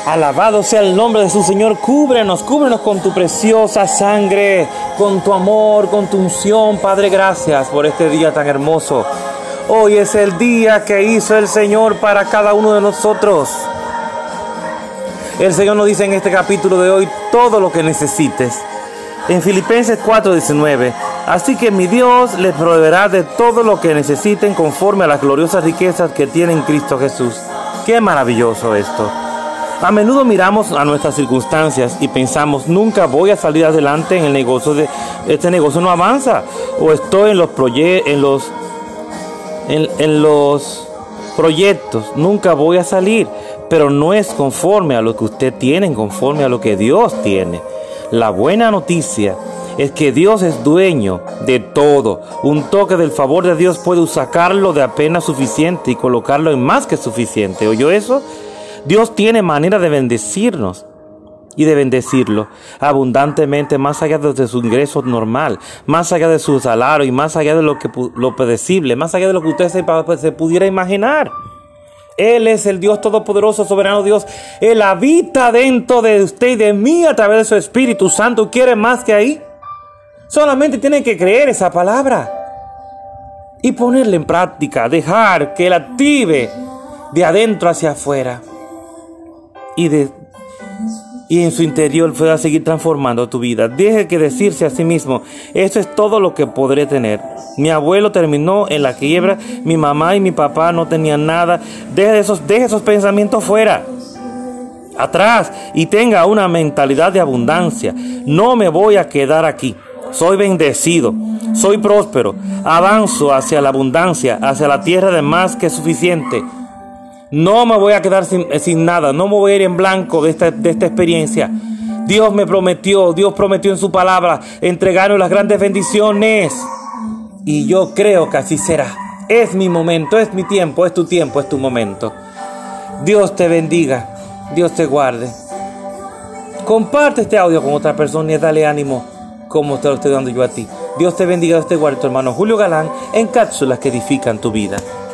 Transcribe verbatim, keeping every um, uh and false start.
Alabado sea el nombre de su Señor. Cúbrenos, cúbrenos con tu preciosa sangre, con tu amor, con tu unción. Padre, gracias por este día tan hermoso. Hoy es el día que hizo el Señor para cada uno de nosotros. El Señor nos dice en este capítulo de hoy todo lo que necesites. En Filipenses cuatro diecinueve, así que mi Dios les proveerá de todo lo que necesiten conforme a las gloriosas riquezas que tiene en Cristo Jesús. Qué maravilloso esto. A menudo miramos a nuestras circunstancias y pensamos, nunca voy a salir adelante en el negocio, de este negocio no avanza, o estoy en los proyectos, en los, en, en los proyectos, nunca voy a salir, pero no es conforme a lo que usted tiene, conforme a lo que Dios tiene. La buena noticia es que Dios es dueño de todo. Un toque del favor de Dios puede sacarlo de apenas suficiente y colocarlo en más que suficiente. ¿Oyó eso? Dios tiene manera de bendecirnos y de bendecirlo abundantemente, más allá de su ingreso normal, más allá de su salario y más allá de lo que lo predecible, más allá de lo que usted se, se pudiera imaginar. Él es el Dios todopoderoso, soberano Dios. Él habita dentro de usted y de mí a través de su Espíritu Santo. ¿Quiere más que ahí? Solamente tiene que creer esa palabra y ponerla en práctica, dejar que Él active de adentro hacia afuera. Y, de, y en su interior pueda seguir transformando tu vida. Deje que decirse a sí mismo, eso es todo lo que podré tener. Mi abuelo terminó en la quiebra, mi mamá y mi papá no tenían nada. Deje esos, deje esos pensamientos fuera, atrás, y tenga una mentalidad de abundancia. No me voy a quedar aquí. Soy bendecido, soy próspero, avanzo hacia la abundancia, hacia la tierra de más que suficiente. No me voy a quedar sin, sin nada, no me voy a ir en blanco de esta, de esta experiencia. Dios me prometió, Dios prometió en su palabra entregarnos las grandes bendiciones. Y yo creo que así será. Es mi momento, es mi tiempo, es tu tiempo, es tu momento. Dios te bendiga, Dios te guarde. Comparte este audio con otra persona y dale ánimo como te lo estoy dando yo a ti. Dios te bendiga, Dios te guarde, tu hermano Julio Galán, en cápsulas que edifican tu vida.